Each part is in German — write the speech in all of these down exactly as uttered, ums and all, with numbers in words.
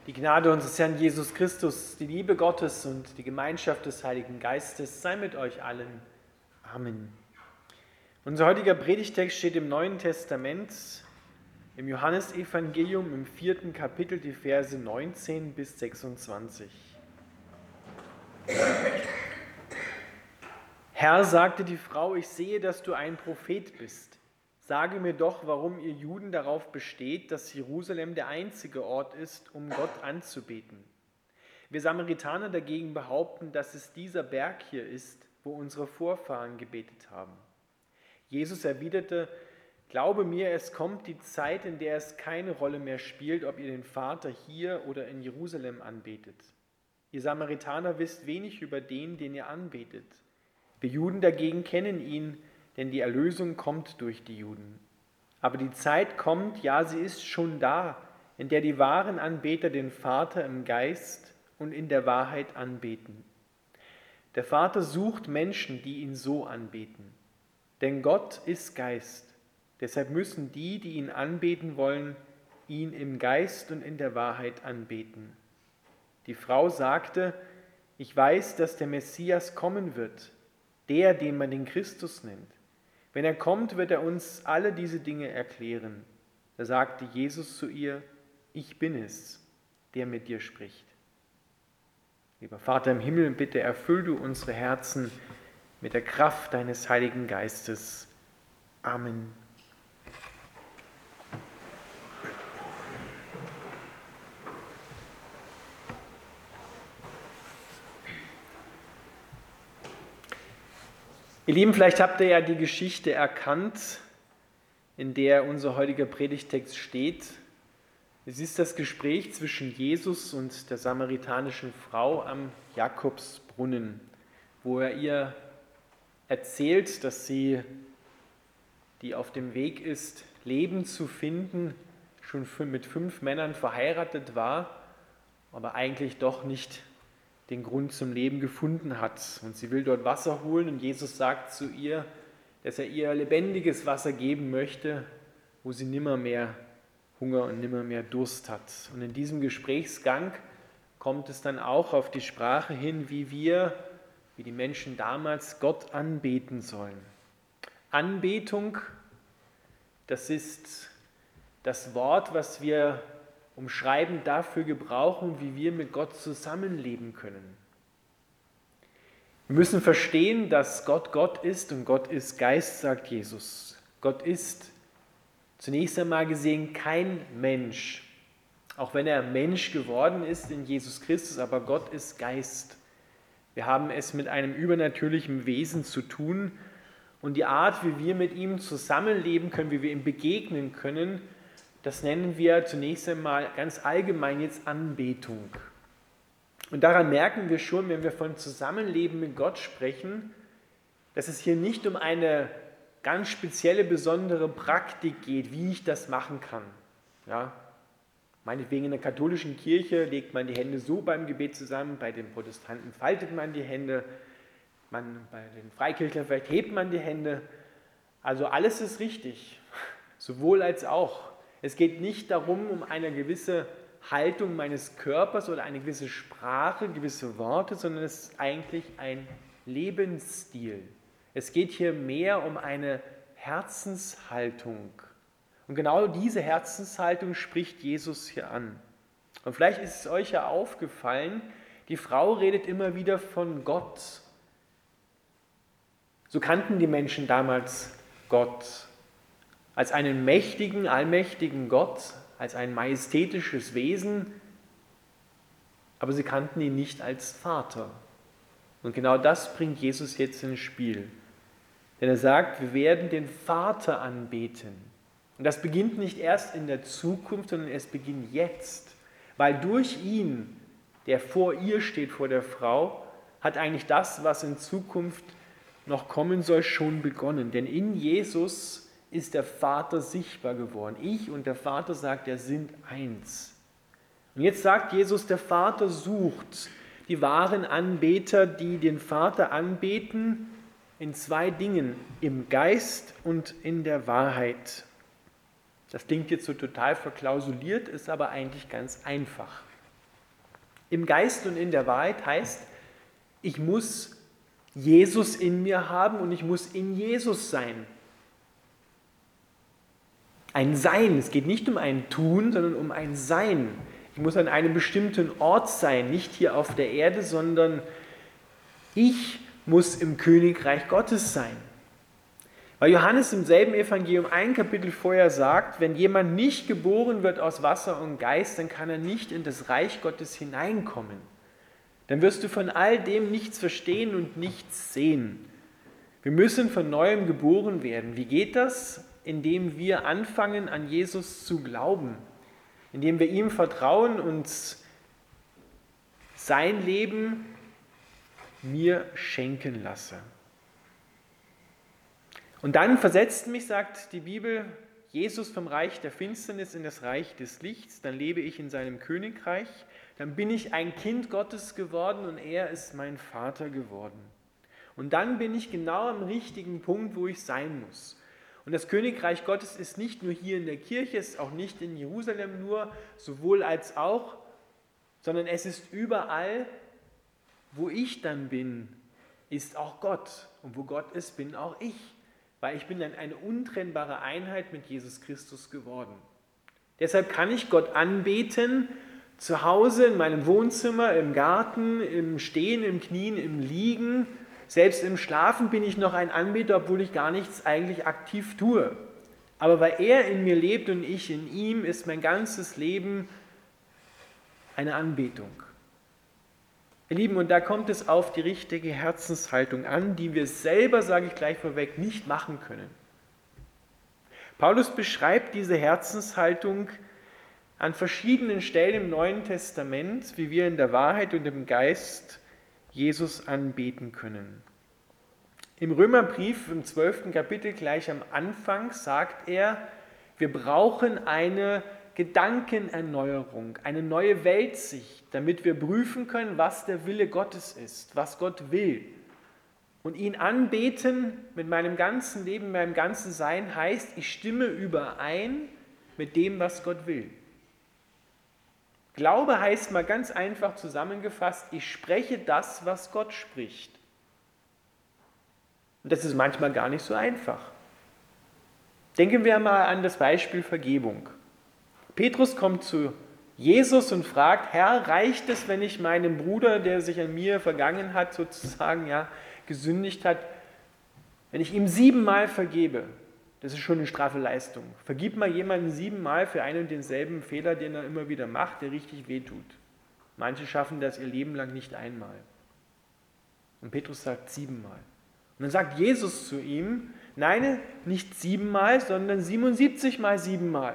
Die Gnade unseres Herrn Jesus Christus, die Liebe Gottes und die Gemeinschaft des Heiligen Geistes sei mit euch allen. Amen. Unser heutiger Predigtext steht im Neuen Testament, im Johannesevangelium im vierten Kapitel, die Verse neunzehn bis sechsundzwanzig. Herr, sagte die Frau, ich sehe, dass du ein Prophet bist. Sage mir doch, warum ihr Juden darauf besteht, dass Jerusalem der einzige Ort ist, um Gott anzubeten. Wir Samaritaner dagegen behaupten, dass es dieser Berg hier ist, wo unsere Vorfahren gebetet haben. Jesus erwiderte, glaube mir, es kommt die Zeit, in der es keine Rolle mehr spielt, ob ihr den Vater hier oder in Jerusalem anbetet. Ihr Samaritaner wisst wenig über den, den ihr anbetet. Wir Juden dagegen kennen ihn, denn die Erlösung kommt durch die Juden. Aber die Zeit kommt, ja, sie ist schon da, in der die wahren Anbeter den Vater im Geist und in der Wahrheit anbeten. Der Vater sucht Menschen, die ihn so anbeten. Denn Gott ist Geist. Deshalb müssen die, die ihn anbeten wollen, ihn im Geist und in der Wahrheit anbeten. Die Frau sagte, ich weiß, dass der Messias kommen wird, der, den man den Christus nennt. Wenn er kommt, wird er uns alle diese Dinge erklären. Da sagte Jesus zu ihr, ich bin es, der mit dir spricht. Lieber Vater im Himmel, bitte erfüll du unsere Herzen mit der Kraft deines Heiligen Geistes. Amen. Ihr Lieben, vielleicht habt ihr ja die Geschichte erkannt, in der unser heutiger Predigtext steht. Es ist das Gespräch zwischen Jesus und der samaritanischen Frau am Jakobsbrunnen, wo er ihr erzählt, dass sie, die auf dem Weg ist, Leben zu finden, schon mit fünf Männern verheiratet war, aber eigentlich doch nicht den Grund zum Leben gefunden hat. Und sie will dort Wasser holen und Jesus sagt zu ihr, dass er ihr lebendiges Wasser geben möchte, wo sie nimmermehr Hunger und nimmermehr Durst hat. Und in diesem Gesprächsgang kommt es dann auch auf die Sprache hin, wie wir, wie die Menschen damals Gott anbeten sollen. Anbetung, das ist das Wort, was wir umschreibend dafür gebrauchen, wie wir mit Gott zusammenleben können. Wir müssen verstehen, dass Gott Gott ist und Gott ist Geist, sagt Jesus. Gott ist zunächst einmal gesehen kein Mensch, auch wenn er Mensch geworden ist in Jesus Christus, aber Gott ist Geist. Wir haben es mit einem übernatürlichen Wesen zu tun und die Art, wie wir mit ihm zusammenleben können, wie wir ihm begegnen können, das nennen wir zunächst einmal ganz allgemein jetzt Anbetung. Und daran merken wir schon, wenn wir von Zusammenleben mit Gott sprechen, dass es hier nicht um eine ganz spezielle, besondere Praktik geht, wie ich das machen kann. Ja, meinetwegen in der katholischen Kirche legt man die Hände so beim Gebet zusammen, bei den Protestanten faltet man die Hände, man, bei den Freikirchlern vielleicht hebt man die Hände. Also alles ist richtig, sowohl als auch. Es geht nicht darum, um eine gewisse Haltung meines Körpers oder eine gewisse Sprache, gewisse Worte, sondern es ist eigentlich ein Lebensstil. Es geht hier mehr um eine Herzenshaltung. Und genau diese Herzenshaltung spricht Jesus hier an. Und vielleicht ist es euch ja aufgefallen, die Frau redet immer wieder von Gott. So kannten die Menschen damals Gott. Als einen mächtigen, allmächtigen Gott, als ein majestätisches Wesen, aber sie kannten ihn nicht als Vater. Und genau das bringt Jesus jetzt ins Spiel. Denn er sagt, wir werden den Vater anbeten. Und das beginnt nicht erst in der Zukunft, sondern es beginnt jetzt. Weil durch ihn, der vor ihr steht, vor der Frau, hat eigentlich das, was in Zukunft noch kommen soll, schon begonnen. Denn in Jesus ist der Vater sichtbar geworden. Ich und der Vater, sagt er, sind eins. Und jetzt sagt Jesus, der Vater sucht die wahren Anbeter, die den Vater anbeten, in zwei Dingen, im Geist und in der Wahrheit. Das klingt jetzt so total verklausuliert, ist aber eigentlich ganz einfach. Im Geist und in der Wahrheit heißt, ich muss Jesus in mir haben und ich muss in Jesus sein. Ein Sein, es geht nicht um ein Tun, sondern um ein Sein. Ich muss an einem bestimmten Ort sein, nicht hier auf der Erde, sondern ich muss im Königreich Gottes sein. Weil Johannes im selben Evangelium ein Kapitel vorher sagt, wenn jemand nicht geboren wird aus Wasser und Geist, dann kann er nicht in das Reich Gottes hineinkommen. Dann wirst du von all dem nichts verstehen und nichts sehen. Wir müssen von neuem geboren werden. Wie geht das? Indem wir anfangen, an Jesus zu glauben, indem wir ihm vertrauen und sein Leben mir schenken lasse. Und dann versetzt mich, sagt die Bibel, Jesus vom Reich der Finsternis in das Reich des Lichts, dann lebe ich in seinem Königreich, dann bin ich ein Kind Gottes geworden und er ist mein Vater geworden. Und dann bin ich genau am richtigen Punkt, wo ich sein muss. Und das Königreich Gottes ist nicht nur hier in der Kirche, es ist auch nicht in Jerusalem nur, sowohl als auch, sondern es ist überall, wo ich dann bin, ist auch Gott. Und wo Gott ist, bin auch ich. Weil ich bin dann eine untrennbare Einheit mit Jesus Christus geworden. Deshalb kann ich Gott anbeten, zu Hause, in meinem Wohnzimmer, im Garten, im Stehen, im Knien, im Liegen. Selbst im Schlafen bin ich noch ein Anbeter, obwohl ich gar nichts eigentlich aktiv tue. Aber weil er in mir lebt und ich in ihm, ist mein ganzes Leben eine Anbetung. Ihr Lieben, und da kommt es auf die richtige Herzenshaltung an, die wir selber, sage ich gleich vorweg, nicht machen können. Paulus beschreibt diese Herzenshaltung an verschiedenen Stellen im Neuen Testament, wie wir in der Wahrheit und im Geist Jesus anbeten können. Im Römerbrief im zwölften Kapitel gleich am Anfang sagt er, wir brauchen eine Gedankenerneuerung, eine neue Weltsicht, damit wir prüfen können, was der Wille Gottes ist, was Gott will. Und ihn anbeten mit meinem ganzen Leben, mit meinem ganzen Sein heißt, ich stimme überein mit dem, was Gott will. Glaube heißt mal ganz einfach zusammengefasst, ich spreche das, was Gott spricht. Und das ist manchmal gar nicht so einfach. Denken wir mal an das Beispiel Vergebung. Petrus kommt zu Jesus und fragt, Herr, reicht es, wenn ich meinem Bruder, der sich an mir vergangen hat, sozusagen ja, gesündigt hat, wenn ich ihm siebenmal vergebe? Das ist schon eine straffe Leistung. Vergib mal jemanden siebenmal für einen und denselben Fehler, den er immer wieder macht, der richtig wehtut. Manche schaffen das ihr Leben lang nicht einmal. Und Petrus sagt siebenmal. Und dann sagt Jesus zu ihm, nein, nicht siebenmal, sondern siebenundsiebzig mal siebenmal.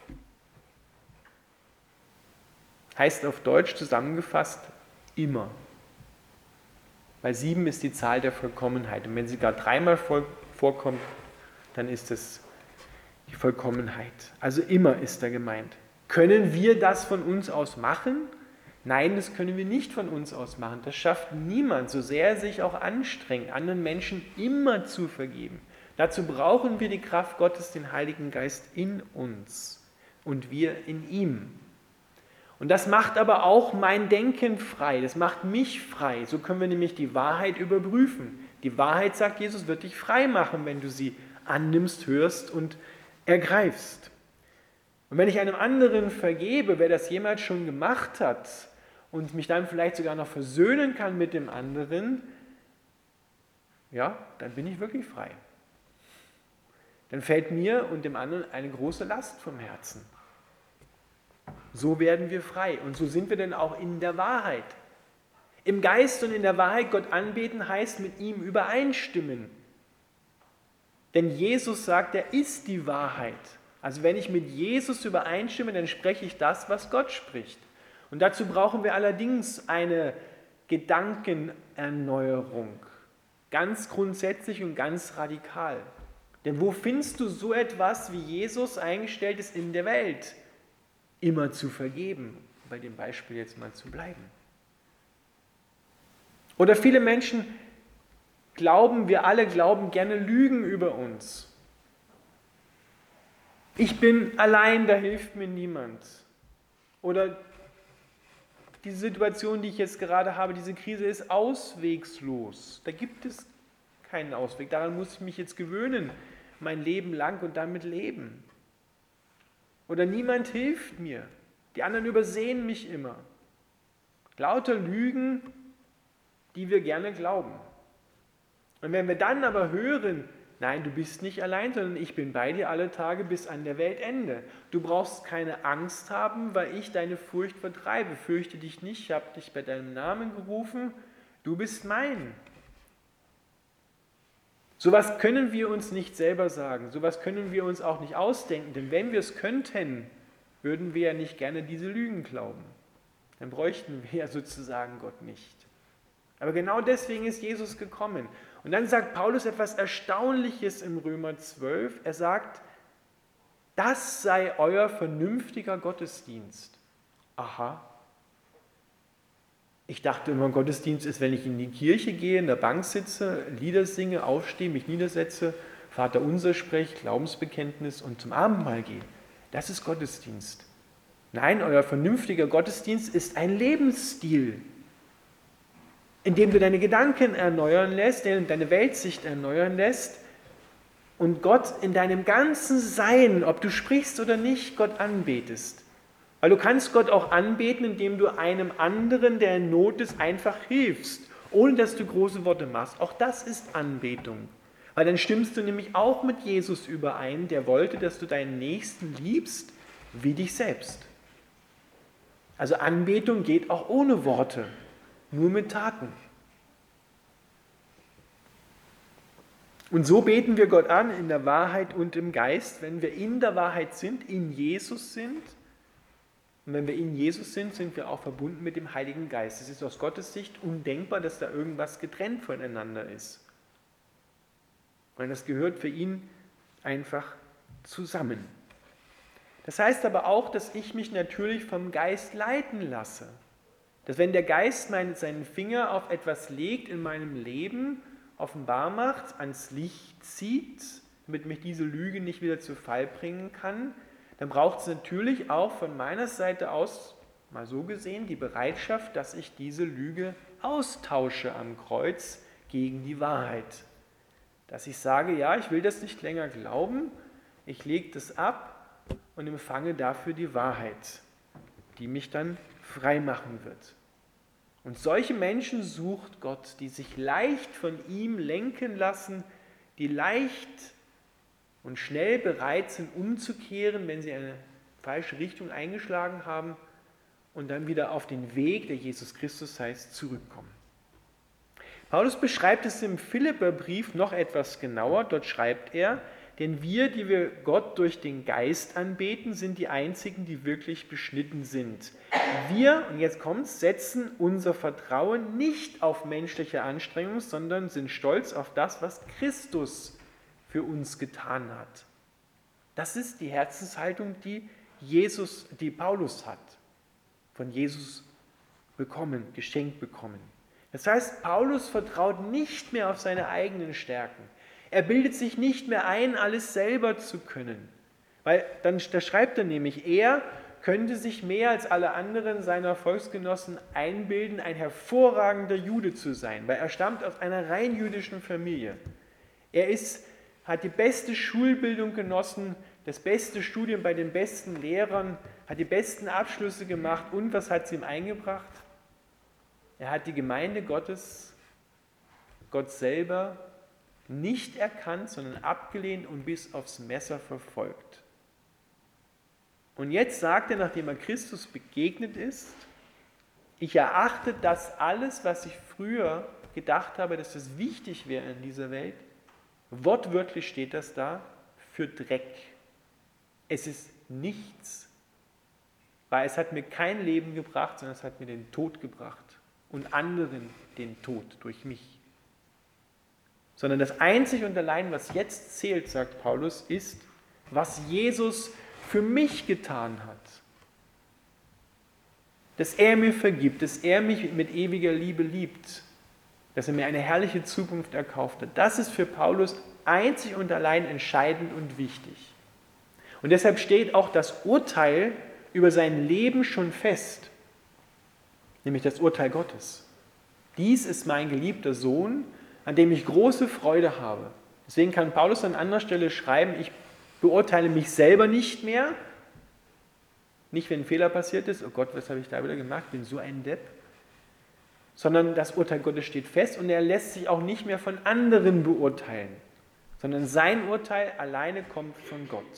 Heißt auf Deutsch zusammengefasst, immer. Weil sieben ist die Zahl der Vollkommenheit. Und wenn sie gar dreimal vorkommt, dann ist es die Vollkommenheit. Also immer ist da gemeint. Können wir das von uns aus machen? Nein, das können wir nicht von uns aus machen. Das schafft niemand, so sehr er sich auch anstrengt, anderen Menschen immer zu vergeben. Dazu brauchen wir die Kraft Gottes, den Heiligen Geist in uns und wir in ihm. Und das macht aber auch mein Denken frei, das macht mich frei. So können wir nämlich die Wahrheit überprüfen. Die Wahrheit, sagt Jesus, wird dich frei machen, wenn du sie annimmst, hörst und ergreifst. Und wenn ich einem anderen vergebe, wer das jemals schon gemacht hat und mich dann vielleicht sogar noch versöhnen kann mit dem anderen, ja, dann bin ich wirklich frei. Dann fällt mir und dem anderen eine große Last vom Herzen. So werden wir frei und so sind wir dann auch in der Wahrheit. Im Geist und in der Wahrheit Gott anbeten heißt mit ihm übereinstimmen. Denn Jesus sagt, er ist die Wahrheit. Also wenn ich mit Jesus übereinstimme, dann spreche ich das, was Gott spricht. Und dazu brauchen wir allerdings eine Gedankenerneuerung. Ganz grundsätzlich und ganz radikal. Denn wo findest du so etwas, wie Jesus eingestellt ist in der Welt? Immer zu vergeben, bei dem Beispiel jetzt mal zu bleiben. Oder viele Menschen glauben, wir alle glauben gerne Lügen über uns. Ich bin allein, da hilft mir niemand. Oder diese Situation, die ich jetzt gerade habe, diese Krise ist auswegslos. Da gibt es keinen Ausweg. Daran muss ich mich jetzt gewöhnen, mein Leben lang und damit leben. Oder niemand hilft mir. Die anderen übersehen mich immer. Lauter Lügen, die wir gerne glauben. Und wenn wir dann aber hören, nein, du bist nicht allein, sondern ich bin bei dir alle Tage bis an der Weltende. Du brauchst keine Angst haben, weil ich deine Furcht vertreibe. Fürchte dich nicht, ich habe dich bei deinem Namen gerufen, du bist mein. Sowas können wir uns nicht selber sagen, sowas können wir uns auch nicht ausdenken, denn wenn wir es könnten, würden wir ja nicht gerne diese Lügen glauben. Dann bräuchten wir ja sozusagen Gott nicht. Aber genau deswegen ist Jesus gekommen. Und dann sagt Paulus etwas Erstaunliches im Römer zwölf. Er sagt, das sei euer vernünftiger Gottesdienst. Aha. Ich dachte immer, Gottesdienst ist, wenn ich in die Kirche gehe, in der Bank sitze, Lieder singe, aufstehe, mich niedersetze, Vater unser spreche, Glaubensbekenntnis und zum Abendmahl gehe. Das ist Gottesdienst. Nein, euer vernünftiger Gottesdienst ist ein Lebensstil, in dem du deine Gedanken erneuern lässt, deine Weltsicht erneuern lässt und Gott in deinem ganzen Sein, ob du sprichst oder nicht, Gott anbetest. Weil du kannst Gott auch anbeten, indem du einem anderen, der in Not ist, einfach hilfst, ohne dass du große Worte machst. Auch das ist Anbetung. Weil dann stimmst du nämlich auch mit Jesus überein, der wollte, dass du deinen Nächsten liebst wie dich selbst. Also Anbetung geht auch ohne Worte, nur mit Taten. Und so beten wir Gott an in der Wahrheit und im Geist, wenn wir in der Wahrheit sind, in Jesus sind. Und wenn wir in Jesus sind, sind wir auch verbunden mit dem Heiligen Geist. Es ist aus Gottes Sicht undenkbar, dass da irgendwas getrennt voneinander ist. Weil das gehört für ihn einfach zusammen. Das heißt aber auch, dass ich mich natürlich vom Geist leiten lasse. Dass wenn der Geist seinen Finger auf etwas legt in meinem Leben, offenbar macht, ans Licht zieht, damit mich diese Lüge nicht wieder zu Fall bringen kann, dann braucht es natürlich auch von meiner Seite aus, mal so gesehen, die Bereitschaft, dass ich diese Lüge austausche am Kreuz gegen die Wahrheit. Dass ich sage, ja, ich will das nicht länger glauben, ich lege das ab und empfange dafür die Wahrheit, die mich dann frei machen wird. Und solche Menschen sucht Gott, die sich leicht von ihm lenken lassen, die leicht und schnell bereit sind, umzukehren, wenn sie eine falsche Richtung eingeschlagen haben und dann wieder auf den Weg, der Jesus Christus heißt, zurückkommen. Paulus beschreibt es im Philipperbrief noch etwas genauer. Dort schreibt er, denn wir, die wir Gott durch den Geist anbeten, sind die einzigen, die wirklich beschnitten sind. Wir, und jetzt kommt's, setzen unser Vertrauen nicht auf menschliche Anstrengung, sondern sind stolz auf das, was Christus für uns getan hat. Das ist die Herzenshaltung, die Jesus, die Paulus hat, von Jesus bekommen, geschenkt bekommen. Das heißt, Paulus vertraut nicht mehr auf seine eigenen Stärken. Er bildet sich nicht mehr ein, alles selber zu können. Weil dann da schreibt er nämlich, er könnte sich mehr als alle anderen seiner Volksgenossen einbilden, ein hervorragender Jude zu sein, weil er stammt aus einer rein jüdischen Familie. Er ist, hat die beste Schulbildung genossen, das beste Studium bei den besten Lehrern, hat die besten Abschlüsse gemacht und was hat sie ihm eingebracht? Er hat die Gemeinde Gottes, Gott selber, nicht erkannt, sondern abgelehnt und bis aufs Messer verfolgt. Und jetzt sagt er, nachdem er Christus begegnet ist, ich erachte das alles, was ich früher gedacht habe, dass das wichtig wäre in dieser Welt, wortwörtlich steht das da, für Dreck. Es ist nichts, weil es hat mir kein Leben gebracht, sondern es hat mir den Tod gebracht und anderen den Tod durch mich. Sondern das einzig und allein, was jetzt zählt, sagt Paulus, ist, was Jesus für mich getan hat. Dass er mir vergibt, dass er mich mit ewiger Liebe liebt, dass er mir eine herrliche Zukunft erkauft hat. Das ist für Paulus einzig und allein entscheidend und wichtig. Und deshalb steht auch das Urteil über sein Leben schon fest. nämlich das Urteil Gottes. Dies ist mein geliebter Sohn, an dem ich große Freude habe. Deswegen kann Paulus an anderer Stelle schreiben, ich beurteile mich selber nicht mehr, nicht wenn ein Fehler passiert ist, oh Gott, was habe ich da wieder gemacht, ich bin so ein Depp, sondern das Urteil Gottes steht fest und er lässt sich auch nicht mehr von anderen beurteilen, sondern sein Urteil alleine kommt von Gott.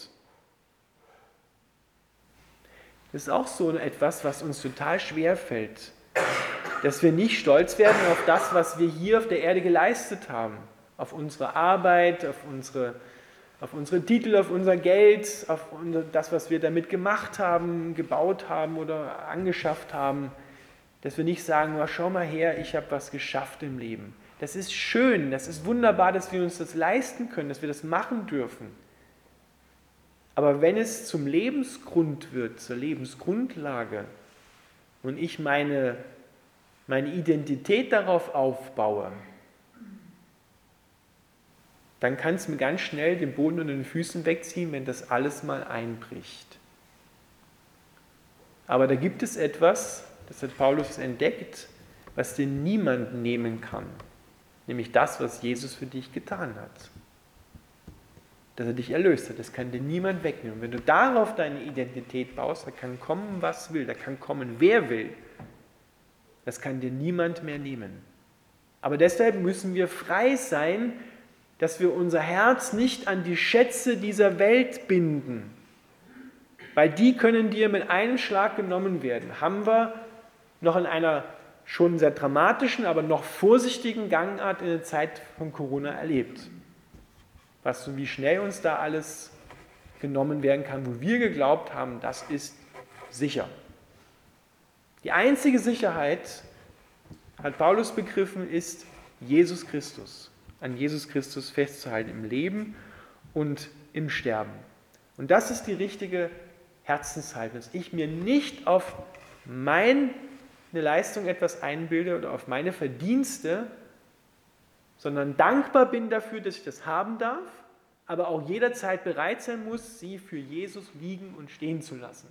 Das ist auch so etwas, was uns total schwer fällt, dass wir nicht stolz werden auf das, was wir hier auf der Erde geleistet haben, auf unsere Arbeit, auf unsere, auf unsere Titel, auf unser Geld, auf das, was wir damit gemacht haben, gebaut haben oder angeschafft haben, dass wir nicht sagen, oh, schau mal her, ich habe was geschafft im Leben. Das ist schön, das ist wunderbar, dass wir uns das leisten können, dass wir das machen dürfen. Aber wenn es zum Lebensgrund wird, zur Lebensgrundlage und ich meine, meine Identität darauf aufbaue, dann kann es mir ganz schnell den Boden unter den Füßen wegziehen, wenn das alles mal einbricht. Aber da gibt es etwas, das hat Paulus entdeckt, was dir niemand nehmen kann, nämlich das, was Jesus für dich getan hat. Dass er dich erlöst hat, das kann dir niemand wegnehmen. Und wenn du darauf deine Identität baust, da kann kommen, was will, da kann kommen, wer will. Das kann dir niemand mehr nehmen. Aber deshalb müssen wir frei sein, dass wir unser Herz nicht an die Schätze dieser Welt binden, weil die können dir mit einem Schlag genommen werden. Haben wir noch in einer schon sehr dramatischen, aber noch vorsichtigen Gangart in der Zeit von Corona erlebt. Was und wie schnell uns da alles genommen werden kann, wo wir geglaubt haben, das ist sicher. Die einzige Sicherheit, hat Paulus begriffen, ist Jesus Christus. An Jesus Christus festzuhalten im Leben und im Sterben. Und das ist die richtige Herzenshaltung, dass ich mir nicht auf meine Leistung etwas einbilde oder auf meine Verdienste, sondern dankbar bin dafür, dass ich das haben darf, aber auch jederzeit bereit sein muss, sie für Jesus liegen und stehen zu lassen.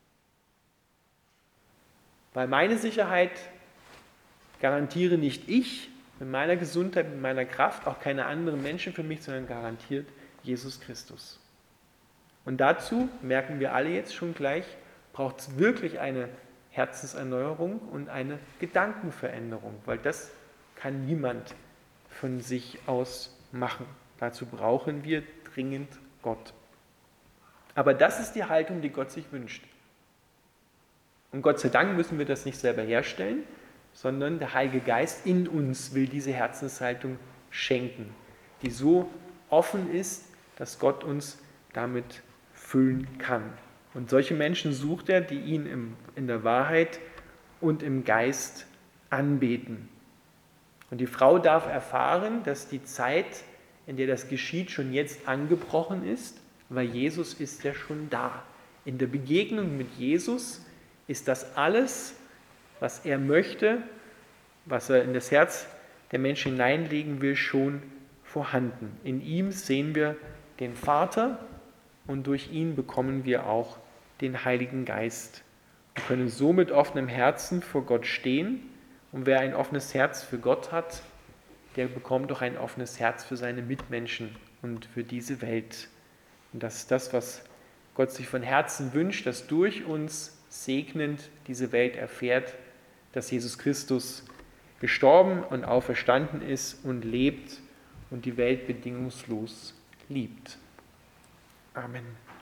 Weil meine Sicherheit garantiere nicht ich, mit meiner Gesundheit, mit meiner Kraft, auch keine anderen Menschen für mich, sondern garantiert Jesus Christus. Und dazu, merken wir alle jetzt schon gleich, braucht es wirklich eine Herzenserneuerung und eine Gedankenveränderung, weil das kann niemand von sich aus machen. Dazu brauchen wir dringend Gott. Aber das ist die Haltung, die Gott sich wünscht. Und Gott sei Dank müssen wir das nicht selber herstellen, sondern der Heilige Geist in uns will diese Herzenshaltung schenken, die so offen ist, dass Gott uns damit füllen kann. Und solche Menschen sucht er, die ihn im, in der Wahrheit und im Geist anbeten. Und die Frau darf erfahren, dass die Zeit, in der das geschieht, schon jetzt angebrochen ist, weil Jesus ist ja schon da. In der Begegnung mit Jesus ist das alles, was er möchte, was er in das Herz der Menschen hineinlegen will, schon vorhanden. In ihm sehen wir den Vater und durch ihn bekommen wir auch den Heiligen Geist und können so mit offenem Herzen vor Gott stehen. Und wer ein offenes Herz für Gott hat, der bekommt auch ein offenes Herz für seine Mitmenschen und für diese Welt. Und das ist das, was Gott sich von Herzen wünscht, dass durch uns segnend diese Welt erfährt, dass Jesus Christus gestorben und auferstanden ist und lebt und die Welt bedingungslos liebt. Amen.